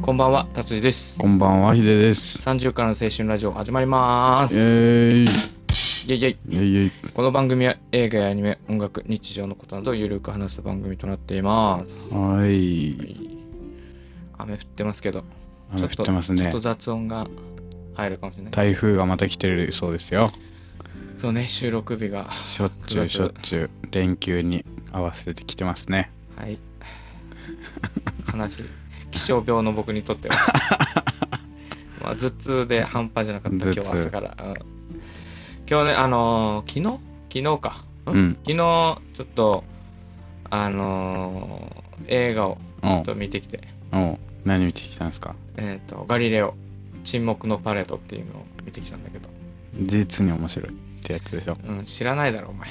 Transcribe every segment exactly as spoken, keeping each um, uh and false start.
こんばんは、達治です。 こんばんは、ひでです。 さんじゅうからの青春ラジオ始まりまーす。 イェーイ。 イェイイェイ。 イェイイェイ。 この番組は映画やアニメ、音楽、日常のことなどをゆるく話す番組となっています。 はい。 はい、雨降ってますけど、 雨降ってますね。 ちょっと雑音が入るかもしれないです。 台風がまた来てるそうですよ。 そうね、収録日がしょっちゅうしょっちゅう連休に合わせてきてますね。 はい。悲しい。気象病の僕にとってはまあ頭痛で半端じゃなかった今日朝から、うん、今日ねあのー、昨日昨日か、うん、昨日ちょっとあのー、映画をちょっと見てきて。 おう何見てきたんですか？ えっとガリレオ沈黙のパレードっていうのを見てきたんだけど、 実に面白いってやつでしょ。 うん、知らないだろお前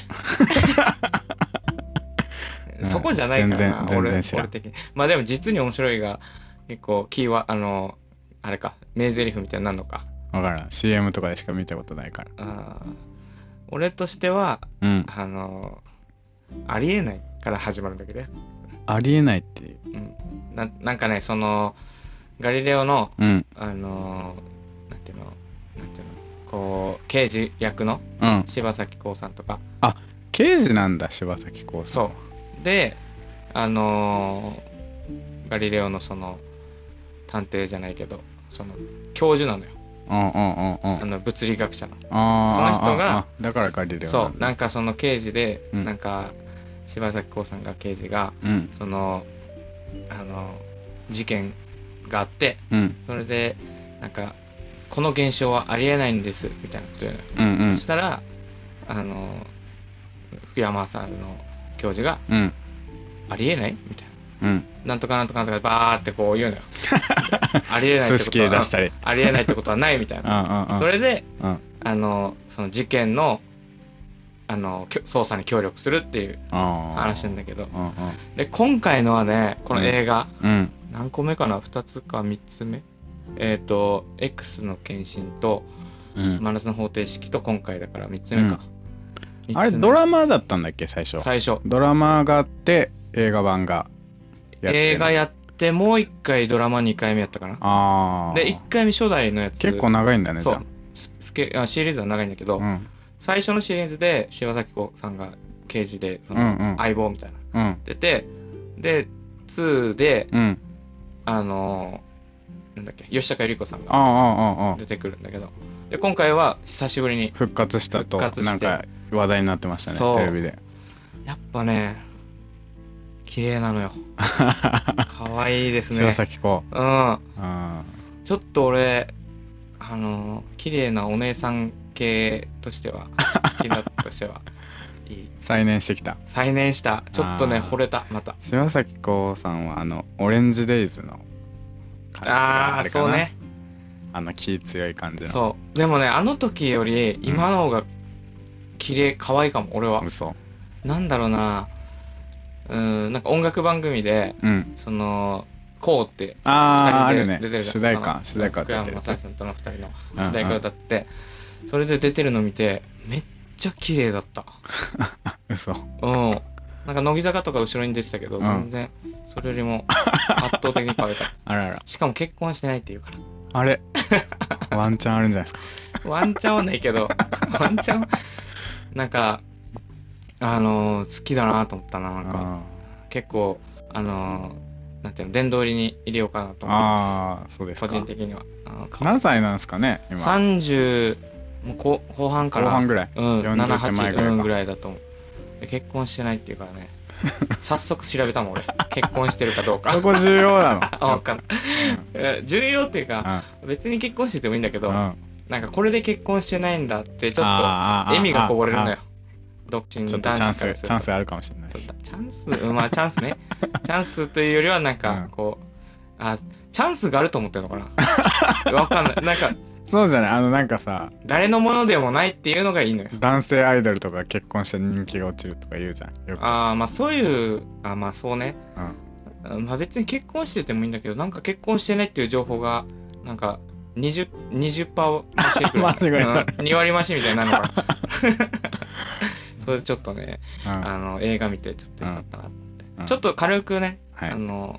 そこじゃないからな、 全然全然知らん。 俺的にまあでも実に面白いが結構キーはあのあれか名台詞みたいになるのかわからん。 シーエム とかでしか見たことないから。 あ俺としては、 うん、 あのありえないから始まるんだけどね。 ありえないっていう、 うん、な, なんかねそのガリレオの、 うん、 あのなんていうのなんていうのこう刑事役の柴咲コウさんとか、 うん、あ刑事なんだ柴咲コウさん。 そうであのー、ガリレオのその探偵じゃないけどその教授なのよ。 うんうんうんうん、 あの物理学者のあその人があだからガリレオそうなんかその刑事で、 うん、 なんか柴咲コウさんが刑事が、うん、そのあの事件があって、うん、それでなんかこの現象はありえないんですみたいなこと言うのよ、うんうん、そしたらあの福山さんの教授が、うん、ありえないみたいな、うん、なんとかなんとかなんとかバーってこう言うのよありえないってことは出したりありえないってことはないみたいなそれで、うん、あのその事件のあの捜査に協力するっていう話なんだけど、で今回のはねこの映画、うん、何個目かなふたつかみっつめえっ、ー、と X の献身と、うん、真夏の方程式と今回だからみっつめか、 うん、あれドラマだったんだっけ最初最初ドラマがあって映画版がやって映画やってもういっかいドラマにかいめやったかな。あでいっかいめ初代のやつ結構長いんだね。 そうスケあシリーズは長いんだけど、うん、最初のシリーズで柴咲コウさんが刑事でその相棒みたいな、うん、出てでにで、うん、あのなんだっけ吉高由里子さんが出てくるんだけど、で今回は久しぶりに復活したとなんか話題になってましたねテレビで。 やっぱね綺麗なのよ可愛いですね柴咲コウ。うん、うん、 ちょっと俺あの綺麗なお姉さん系としては好きだとしてはいい再燃してきた再燃したちょっとね惚れたまた。 柴咲コウさんはあのオレンジデイズの感じがあれかな。あーそうね、あの気強い感じの。 そうでもねあの時より今の方が綺麗可愛いかも俺は。 嘘。 なんだろうなうんなんか音楽番組で、うん、そのこうってあふたりで出てるじゃん。主題歌主題歌福山雅治さんとのふたりの主題歌歌って、うんうん、それで出てるの見てめっちゃ綺麗だった嘘。 うんなんか乃木坂とか後ろに出てたけど、うん、全然それよりも圧倒的に可愛かったあらら。 しかも結婚してないっていうからあれワンチャンあるんじゃないですか。 ワンチャンはないけどワンチャンなんかあのー、好きだなと思ったな。なんか結構あのー、なんていうの殿堂入りに入れようかなと思います。ああそうですか。個人的には何歳なんですかね今。 さんじゅうもう後後半から後半ぐらい、 うん、なな、はちぐらいだと思う。結婚してないっていうからね早速調べたもん俺結婚してるかどうかそこ重要なの分かんない、うん、重要っていうか、うん、別に結婚しててもいいんだけど、うん、なんかこれで結婚してないんだってちょっと笑みがこぼれるのよ。独身男子からするとチャンスあるかもしれない。 チャンス、うん、まあチャンスねチャンスというよりはなんかこう、うん、あチャンスがあると思ってるのかなわかんないなんかそうじゃないあのなんかさ誰のものでもないっていうのがいいのよ。 男性アイドルとか結婚して人気が落ちるとか言うじゃんよく。 ああまあそういうあまあそうね、うん、まあ別に結婚しててもいいんだけどなんか結婚してないっていう情報がなんか にじゅう, にじゅっパーセント 増してくる間違いない、 うん、に割増しみたいになるのかなそれでちょっとね、うん、あの映画見てちょっとよかったなって、うん、ちょっと軽くね、はい、あの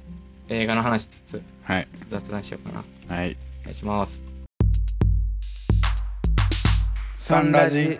映画の話つつ、 はい、 雑談しようかな。 はい、 お願いします。 サンラジ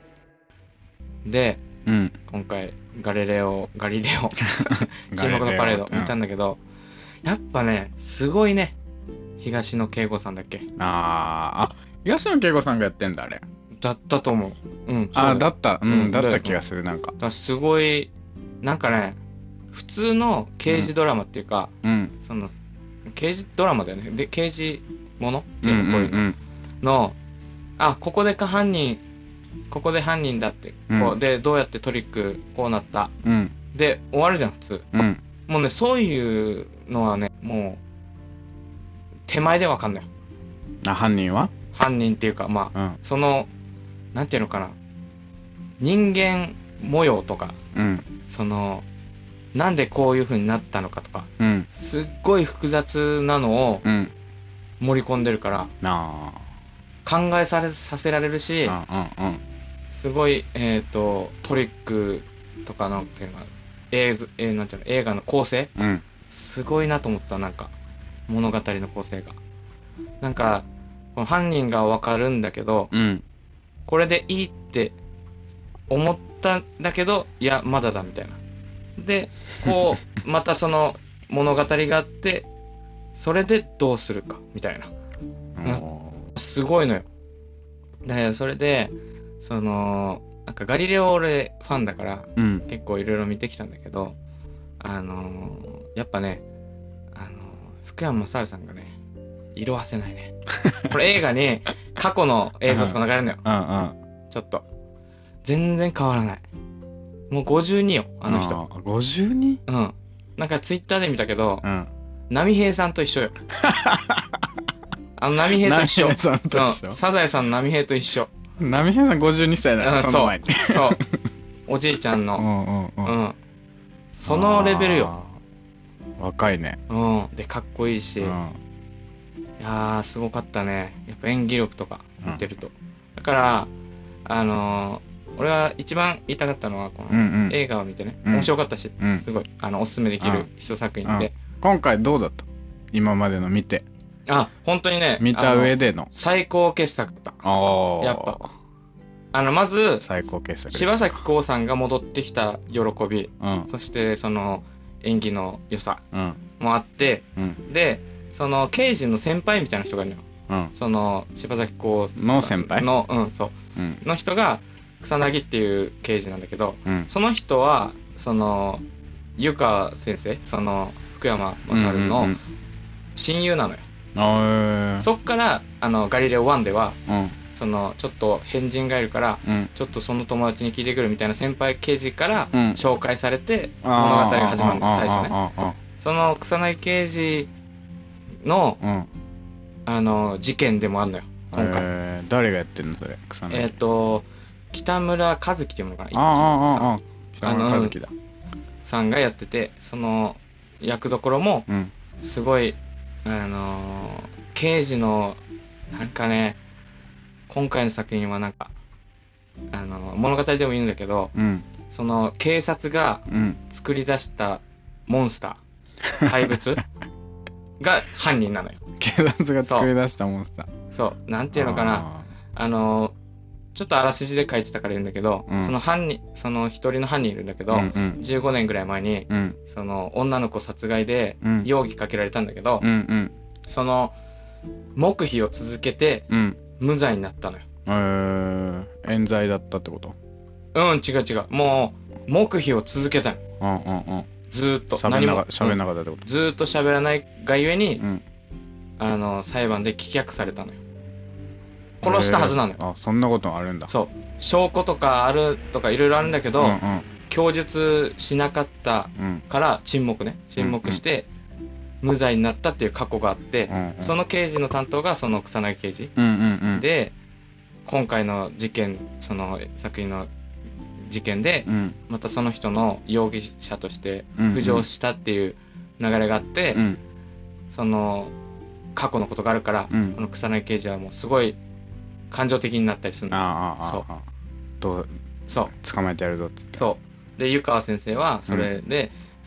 で、 うん、 今回ガリレオガリレオ沈黙のパレード見たんだけど、うん、やっぱねすごいね。東野圭吾さんだっけ。 ああ、東野圭吾さんがやってんだあれ。 だったと思う。うん。 あだったうん、うん、だった気がする。なんかだすごいなんかね普通の刑事ドラマっていうか、 うん、 その刑事ドラマだよね。で刑事ものっていうの、こういうのの、あここでか犯人ここで犯人だってこう、うん、でどうやってトリックこうなった、 うん、 で終わるじゃん普通、 うん、 もうねそういうのはねもう手前でわかんない。 あ犯人は犯人っていうかまあ、 うん、 そのなんていうのかな人間模様とか、 うん、 そのなんでこういう風になったのかとか、 うん、 すっごい複雑なのを盛り込んでるから、 うん、あ考えされさせられるし、 うんうんうん、 すごい、えーと、トリックとかのっていうのは映像、えー、なんていうの映画の構成、 うん、 すごいなと思った。なんか物語の構成がなんかこの犯人が分かるんだけど、 うん、 これでいいって思ったんだけどいやまだだみたいなでこうまたその物語があってそれでどうするかみたいなすごいのよ。だからそれでそのなんかガリレオ俺ファンだから、うん、結構いろいろ見てきたんだけどあのー、やっぱねあのー、福山雅治さんがね色褪せないね。これ映画に過去の映像とか流れるのよ、 うんうん、 ちょっと全然変わらない。もうごじゅうによあの人。 ごじゅうに？ うん。なんかツイッターで見たけど、 うん、 波平さんと一緒よ。あの波平と一緒。 波平さんと一緒、 うん、サザエさんの波平と一緒。 波平さんごじゅうにさいだよ、その前に。 そうそうおじいちゃんのうんうん、うん、 うん、そのレベルよ。 若いね。 うんでかっこいいし、うん、いやーすごかったね。やっぱ演技力とか見てると、うん、だからあのー俺は一番言いたかったのはこの映画を見てね、うんうん、面白かったし、うん、すごいあのおすすめできる一作品で、うんうん、 今回どうだった？今までの見て。 あ本当にね見た上での最高傑作だった。 あやっぱあのまず最高傑作柴咲コウさんが戻ってきた喜び、 うん、 そしてその演技の良さもあって、 うん、 でその刑事の先輩みたいな人がいるのよ、うん、その柴咲コウの先輩の、うんそう、うん、の人が草薙っていう刑事なんだけど、うん、その人はその湯川先生その福山雅治の親友なのよ、 うんうん、 そっからあのガリレオワンでは、 うん、 そのちょっと変人がいるから、うん、ちょっとその友達に聞いてくるみたいな先輩刑事から紹介されて物語が始まるの、最初ね。その草薙刑事の、うん、あの事件でもあるのよ今回、 えー、誰がやってんのそれ草薙。 えっ、ー、と北村一樹っていうのかな、 ああああ北村一樹ださんがやってて、その役どころもすごい、うん、あのー、刑事のなんかね今回の作品はなんかあのー、物語でもいいんだけど、 うん、 その警察が作り出したモンスター、うん、怪物が犯人なのよ。 警察が作り出したモンスター。 そう、なんていうのかな、あのーちょっとあらすじで書いてたから言うんだけど、うん、その犯人その一人の犯人いるんだけど、うんうん、じゅうごねんぐらい前に、うん、その女の子殺害で容疑かけられたんだけど、 うんうん、 その黙秘を続けて、うん、無罪になったのよ。 えー、冤罪だったってこと？ うん違う違う、もう黙秘を続けたの、 うんうんうん、 ずーっと何も喋らなかったってこと？ ずーっと喋らないがゆえに、うん、あの裁判で棄却されたのよ。殺したはずなのよ、 えー、あそんなことあるんだ。 そう証拠とかあるとかいろいろあるんだけど、うんうん、供述しなかったから沈黙ね沈黙して無罪になったっていう過去があって、うんうん、その刑事の担当がその草薙刑事、 うんうんうん、 で今回の事件その作品の事件で、うん、またその人の容疑者として浮上したっていう流れがあって、うんうん、その過去のことがあるから、うん、この草薙刑事はもうすごい感情的になったりするの。 ああそうどうそう捕まえてやるぞってって。 そうで湯川先生はそれで、うん、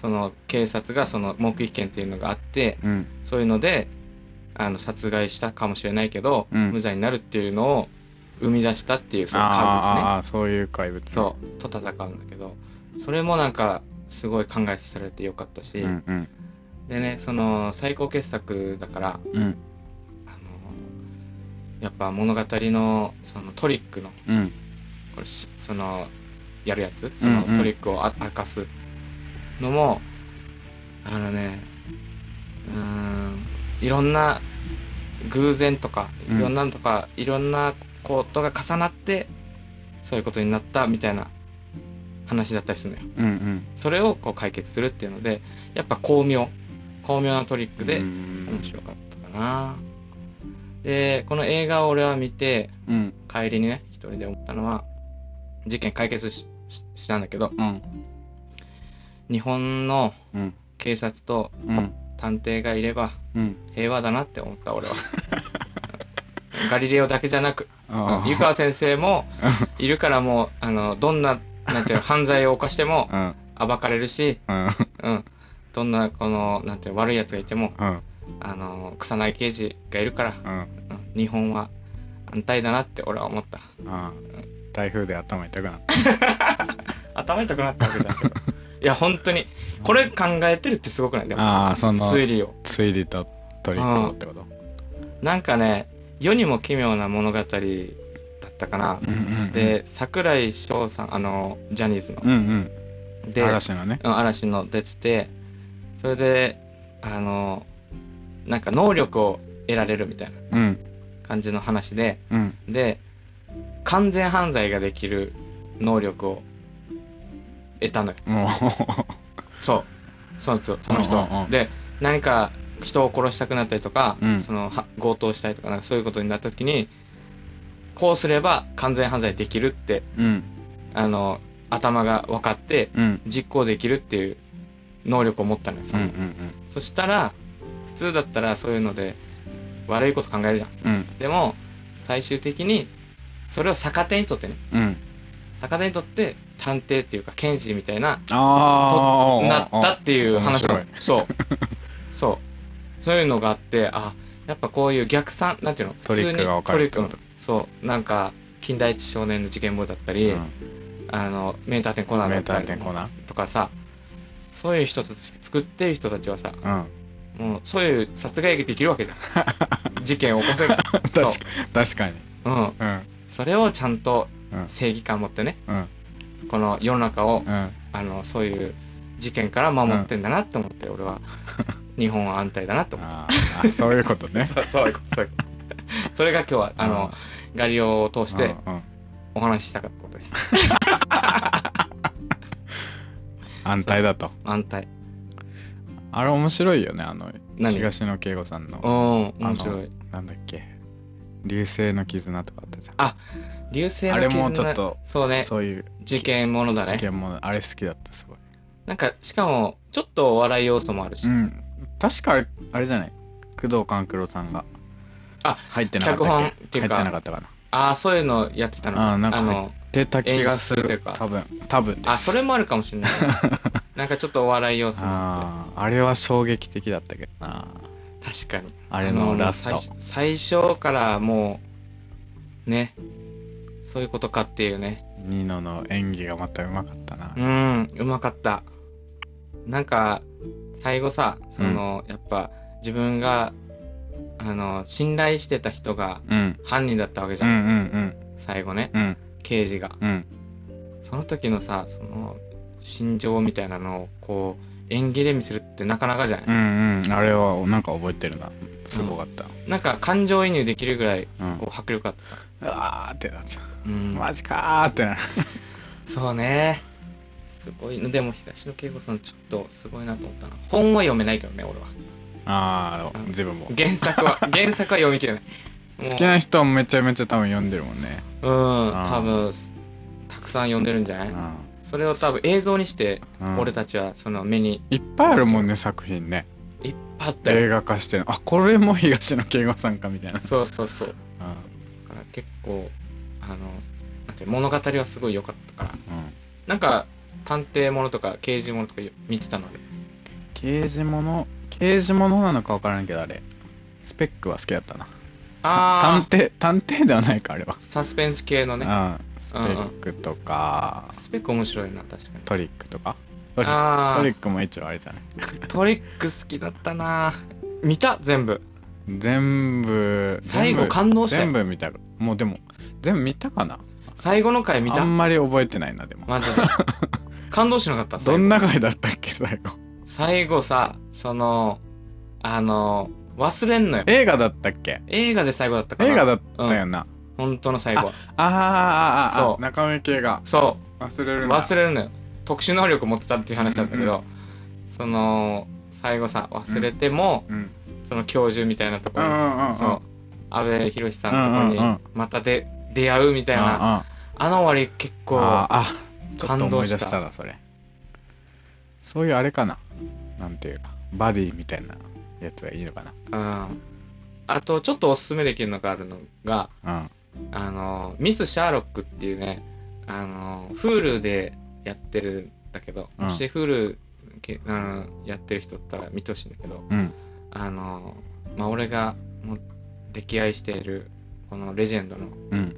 その警察がその黙秘権っていうのがあって、うん、そういうのであの殺害したかもしれないけど、うん、無罪になるっていうのを生み出したっていうその怪物ね。 ああ、そういう怪物、ね、 そうと戦うんだけど、それもなんかすごい考えさせられてよかったし、うんうん、でね、その最高傑作だから、うん、あのやっぱ物語のそのトリックの、うん、これそのやるやつ、そのトリックをあ、うんうん、明かすのもあのね、うーん、いろんな偶然とかいろんなのとか、うん、いろんなことが重なってそういうことになったみたいな話だったりするのよ、うんうん、それをこう解決するっていうのでやっぱ巧妙巧妙なトリックで面白かったかな。でこの映画を俺は見て、うん、帰りにね一人で思ったのは事件解決 し, したんだけど、うん、日本の警察と探偵がいれば平和だなって思った俺はガリレオだけじゃなく湯川先生もいるからもうあのどんななんていうの犯罪を犯しても暴かれるし、うんうん、どんなこのなんていう悪いやつがいても、うん、あの草薙刑事がいるから、うん、日本は安泰だなって俺は思った。 あ、うん、台風で頭痛くなった頭痛くなったわけじゃんけどいや本当にこれ考えてるってすごくない？でもあその推理を推理とトリックってこと、 うん、なんかね世にも奇妙な物語だったかな、うんうんうん、で櫻井翔さんあのジャニーズの、うんうん、で嵐のね嵐の出ててそれであのなんか能力を得られるみたいな感じの話で、うん、で完全犯罪ができる能力を得たのよそうそうですよその人はで何か人を殺したくなったりとか、うん、その強盗したりとか、なんかそういうことになった時にこうすれば完全犯罪できるって、うん、あの頭が分かって、うん、実行できるっていう能力を持ったのよその、うんうんうん、そしたら普通だったらそういうので悪いこと考えるじゃん、うん、でも最終的にそれを逆手にとってね、うん、逆手にとって探偵っていうか検事みたいなあとなったっていう話がそうそうそういうのがあって、あやっぱこういう逆算なんていうのトリックが分かるってこと。 そうなんか金田一少年の事件簿だったり、うん、あの名探偵コナンだったりとかさ、そういう人たち作ってる人たちはさ、うん、もうそういう殺害できるわけじゃん事件を起こせる確か確かに、 うんうん、それをちゃんと正義感持ってね、うん、この世の中を、うん、あのそういう事件から守ってんだなって思って、うん、俺は日本は安泰だなって思った。 あそういうことねそうそういうことそういうことそれが今日はあの、うん、ガリレオを通してお話ししたかったことです安泰だと。 安泰あれ面白いよね、あの東野圭吾さんのうん面白いなんだっけ流星の絆とかあったじゃん。 あ流星の絆あれもちょっとそうねそういう事件ものだね。 事件ものあれ好きだったすごい。 なんかしかもちょっと笑い要素もあるし、うん、 確かあれじゃない工藤官九郎さんがあ入ってなかったっけ。 脚本っていうか入ってなかったかな。 ああそういうのやってたの。 あなんか入ってた気がするというか多分多分です。 あそれもあるかもしれないなんかちょっとお笑い要素もあってあれは衝撃的だったけどな。 確かにあれのラスト最初からもうねそういうことかっていうね。 ニノの演技がまたうまかったな。 うんうまかった。なんか最後さその、うん、やっぱ自分があの信頼してた人が犯人だったわけじゃん、うんうんうん、最後ね、うん、刑事が、うん、その時のさその心情みたいなのをこう演技で見せるってなかなかじゃない。 うんうんあれはなんか覚えてるな。すごかった、 うん、なんか感情移入できるぐらいこう迫力あってさ、 うん、うわーってなった、うん、マジかーってなそうねすごい。でも東野圭吾さんちょっとすごいなと思ったな。本は読めないけどね俺は。 ああ自分も原作は原作は読み切れない。 好きな人はめちゃめちゃ多分読んでるもんね。 うん多分たくさん読んでるんじゃない。それを多分映像にして俺たちはその目にいっぱいあるもんね作品ね。 いっぱいあったよ。 映画化してる。あこれも東野圭吾さんかみたいな。 そうそうそう、うん、だから結構あのなんて物語はすごい良かったから、うん、なんか探偵ものとか刑事ものとか見てたので刑事物刑事物なのか分からんけど、あれスペックは好きだったな。 あ探偵探偵ではないかあれは。 サスペンス系のね。 うん、スペックとか、 うんうん、スペック面白いな、確かに。 トリックとか。トリックトリックも一応あれじゃない。 トリック好きだったな。見た全部。 全部最後感動したよ。 全部見た。もうでも全部見たかな。 最後の回見た。 あんまり覚えてないな。でもマジで感動しなかった。 どんな回だったっけ最後。 最後さ、そのあの忘れんのよ。 映画だったっけ。 映画で最後だったかな。 映画だったよな、うん、 本当の最後。 ああああそう、 中身系が。 そう忘れるんだ。 忘れるのよ。特殊能力持ってたっていう話だったけど、うんうん、その最後さ忘れても、うんうん、その教授みたいなところに、うんうんうん、そう阿部寛さんのところにまたで、うんうん、出会うみたいな、うんうん、あの終わり結構感動した。 思い出したなそれ。そういうあれかな、なんていうかバディみたいなやつがいいのかな。 うん。あとちょっとおすすめできるのがあるのが、うん、あのミス・シャーロックっていうね、あの Hulu でやってるんだけど、うん、もし Hulu あのやってる人だったら見てほしいんだけど、うん、あのまあ俺がもう溺愛しているこのレジェンドの、うん、あの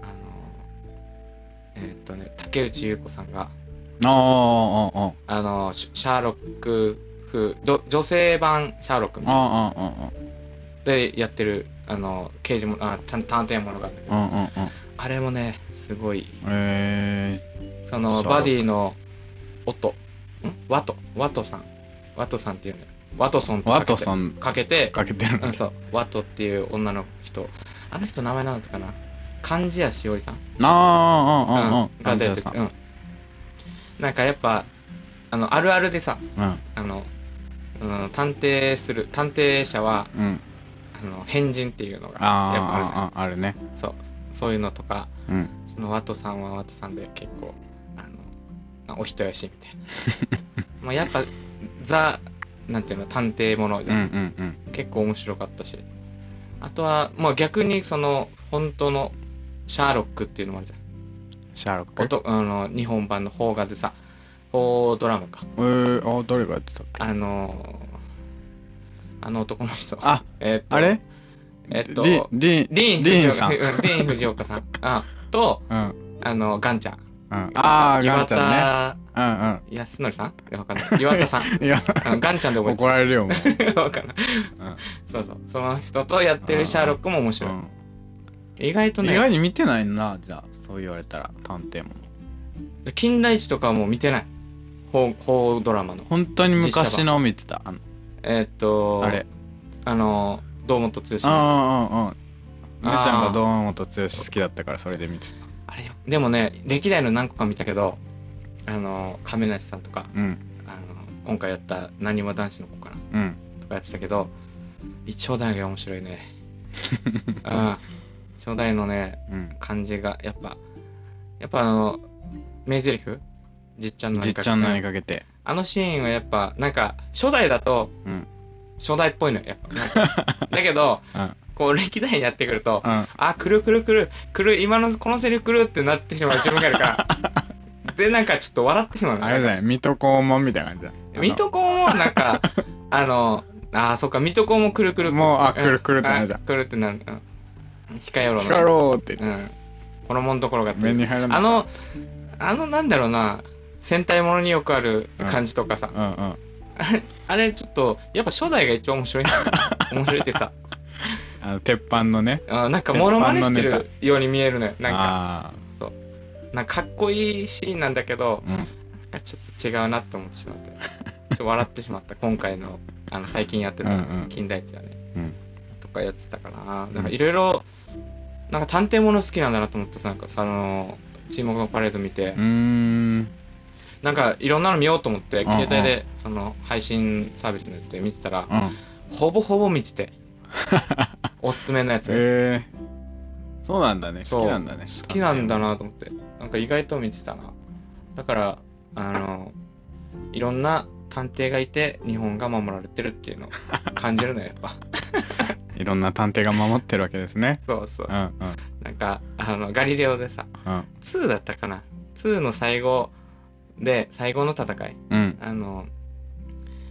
えー、っとね竹内結子さんがあああのシャーロック風女性版シャーロックみたいなでやってるあの刑事もあ探偵ものがあるんだけど、うんうんうん、あれもねすごい、えー、そのバディのオトんワトワトさんワトさんっていうねワトソンとかけてワトソンかけてかけてる、 うん、そうワトっていう女の人、あの人名前なんだったかな、貫地谷しおりさんああああああが出てて、うん、なんかやっぱあのあるあるでさ、うん、あの、うん、探偵する探偵者は、うん、あの変人っていうのがやっぱあるじゃん。 ああるね。 そうそういうのとか、うん、そのワトさんはワトさんで結構あのお人よしみたいなまあやっぱザなんていうの探偵ものじゃん、うんうんうん、結構面白かったし、あとはまあ逆にその本当のシャーロックっていうのもあるじゃん。 シャーロックあの日本版の邦画でさ、邦ドラマか。 えー、あ誰がやってたっけ。 あのあの男の人。 あ、えっとあれえっとディディディーン・フジオカさん、ディーン・フジオカさんあと、うん、あのガンちゃん。 うん、ああガンちゃんね。うんうん。 安則さん？いやわかんない。岩田さん。いやガンちゃんで覚えて怒られるよもう。わかんない、うん。そうそうその人とやってるシャーロックも面白い。うん、意外とね。 意外に見てないなじゃあそう言われたら探偵も。 金田一とかはもう見てない。邦邦ドラマの。 本当に昔の見てた。あのえー、っとあれあの堂本剛。 ああああ。めちゃんが堂本剛好きだったからそれで見てた。 あれでもね歴代の何個か見たけど、あの亀梨さんとか、うん、あの今回やったなにわ男子の子かな、うん、とかやってたけど、一応大が面白いね。ああ初代のね、うん、感じがやっぱやっぱあの名台詞じっちゃんの名にかけて、じっちゃんの名にかけてあのシーンはやっぱなんか初代だと、うん、初代っぽいのよやっぱなんかだけど、うん、こう歴代にやってくると、うん、あ来る来る来る来る今のこのセリフ来るってなってしまう自分がいるからでなんかちょっと笑ってしまうの。 あれじゃない水戸黄門みたいな感じだ。 水戸黄門はなんかあのあそっか水戸黄門来る来るもうあ来る来るってなるじゃん。 来るってなる。うん控えろの控えろって、 うん、このもんところが目に入らない。 あのあのなんだろうな戦隊ものによくある感じとかさ、うんうんうん、あれあれちょっとやっぱ初代が一番面白い面白いっていうかあの鉄板のねあなんかモノマネしてるように見えるのよ。なんかそうなんかかっこいいシーンなんだけど、うん、なんかちょっと違うなって思ってしまってちょっと笑ってしまった今回のあの最近やってた金田一はね、うんうん、とかやってたかな。なんかいろいろなんか探偵もの好きなんだなと思ってさ、なんかさあの沈黙のパレード見て、うーんなんかいろんなの見ようと思って携帯でその配信サービスのやつで見てたら、うん、ほぼほぼ見てておすすめのやつ。 へえー、そうなんだね。好きなんだね。 好きなんだなと思ってなんか意外と見てたな。だからあのいろんな探偵がいて日本が守られてるっていうのを感じるのよやっぱいろんな探偵が守ってるわけですね。 そうそうそう、うんうん、なんかあのガリレオでさ、うん、にだったかなにの最後で最後の戦い、うん、あの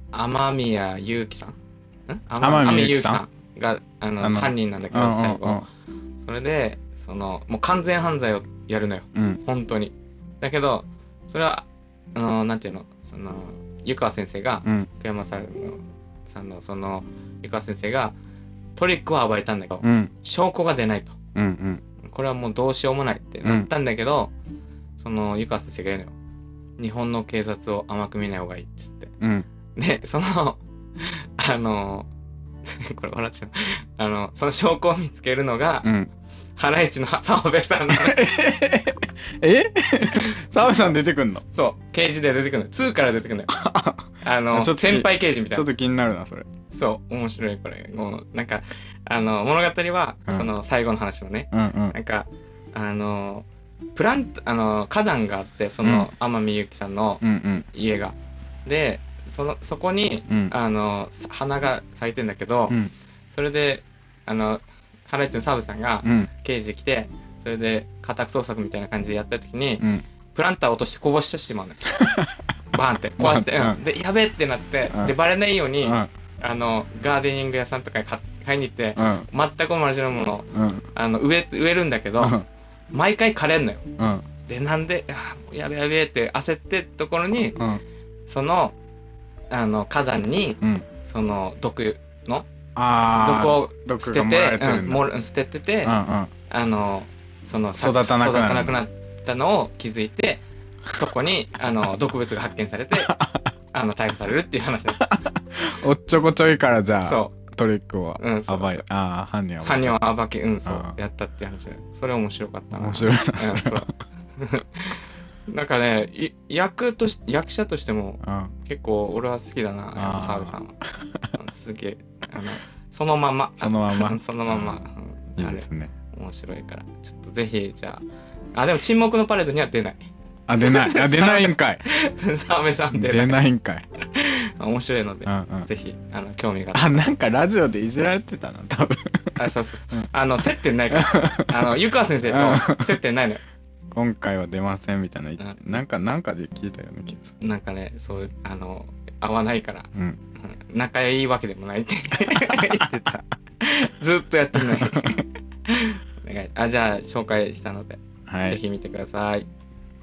雨宮優樹さんん雨宮優樹さんがあのあの犯人なんだけど最後それでそのもう完全犯罪をやるのよ、うん、本当にだけどそれはあのなんていうのその湯川先生が、うん、福山さんのさんのその湯川先生がトリックは暴いたんだけど、うん、証拠が出ないと、うんうん、これはもうどうしようもないってなったんだけど、うん、その湯川先生が言うのよ日本の警察を甘く見ない方がいいっつって、うん、でそのあのこれ笑っちゃうあのその証拠を見つけるのが、うん、ハライチの澤部さんえ澤部さん出てくんの？ そう刑事で出てくるのにから出てくるのよあの先輩刑事みたいなちょっと気になるなそれそう面白いこれもうなんかあの物語は、うん、その最後の話もね、うんうん、なんかあのプランあの花壇があってその、うん、天海祐希さんの家が、うんうん、でそのそこに、うん、あの花が咲いてんだけど、うん、それであのハライチの澤部さんが刑事来て、うん、それで家宅捜索みたいな感じでやった時に、うん、プランター落としてこぼしてしまうのよバーンって壊して、うん、でやべえってなって、うん、でバレないように、うん、あのガーデニング屋さんとかに買いに行って、うん、全く同じものを、うん、あの植え植えるんだけど、うん、毎回枯れんのよ、うん、でなんであやべやべって焦ってるところに、うん、そのあの花壇に、うん、その毒の毒を捨てて、うん、捨ててて、うんうん、あのその育たなくな育たなくなったのを気づいてそこにあの毒物が発見されてあの逮捕されるっていう話ですおっちょこちょいからじゃあそうトリックを暴い、うん、そうそうああ犯人は犯人は暴きうんそうやったっていう話でそれ面白かったな面白いな、 うん、そうなんかね役とし役者としても、うん、結構俺は好きだなやっぱ澤部さんはすげえあのそのままそのままそのまま、 うん、いいですね面白いからちょっとぜひじゃああでも沈黙のパレードには出ないあ出ないあ出ないんかい澤部さん出ない出ないんかい面白いので、うんうん、ぜひあの興味がああなんかラジオでいじられてたな多分あそうそうそう、うん、あの接点ないからあの湯川先生と接点ないのよ今回は出ませんみたいな、うん、なんかなんかで聞いたような気がするなんかねそうあの合わないから、うん、仲いいわけでもないって言ってたずっとやってるのにお願いあじゃあ紹介したので、はい、ぜひ見てください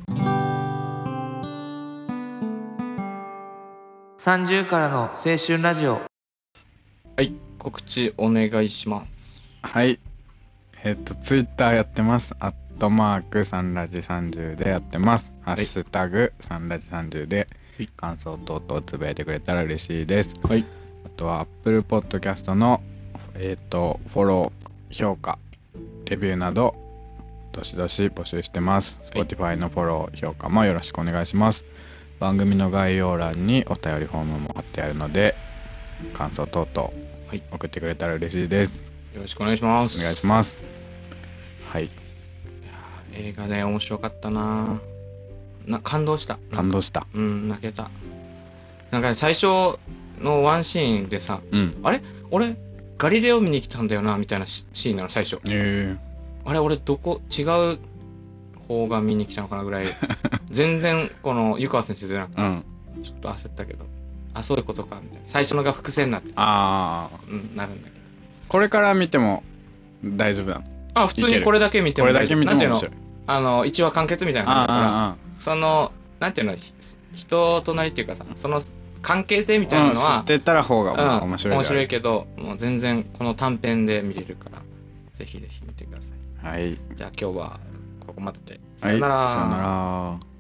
さんじゅうからの青春ラジオはい告知お願いしますはいえっ、ー、とツイッターやってますアットマークサンラジさんじゅうでやってます、はい、ハッシュタグサンラジさんじゅうで感想等々つぶやいてくれたら嬉しいです、はい、あとは Apple Podcast のえっ、ー、とフォロー評価レビューなどどしどし募集してます、はい、Spotify のフォロー評価もよろしくお願いします番組の概要欄にお便りフォームも貼ってあるので感想等々送ってくれたら嬉しいです、 はい、よろしくお願いしますお願いしますはい映画ね面白かったなな感動した感動したうん泣けたなんか、ね、最初のワンシーンでさ、うん、あれ俺ガリレオ見に来たんだよなみたいなシーンなの最初、えー、あれ俺どこ違う方が見に来たのかなぐらい全然この湯川先生出なくて、うん、ちょっと焦ったけどあそういうことかみたいな最初のが伏線になってああ、うん、なるんだけどこれから見ても大丈夫なのあ普通にこれだけ見ても大丈夫これだけ見ても面白いあの一話完結みたいな感じだからそのなんていうの人となりっていうかさその関係性みたいなのは、 うん、知ってたら方が面白い、 うん、面白いけどもう全然この短編で見れるからぜひぜひ見てくださいはいじゃあ今日はここまででさよなら、 はい、さよなら。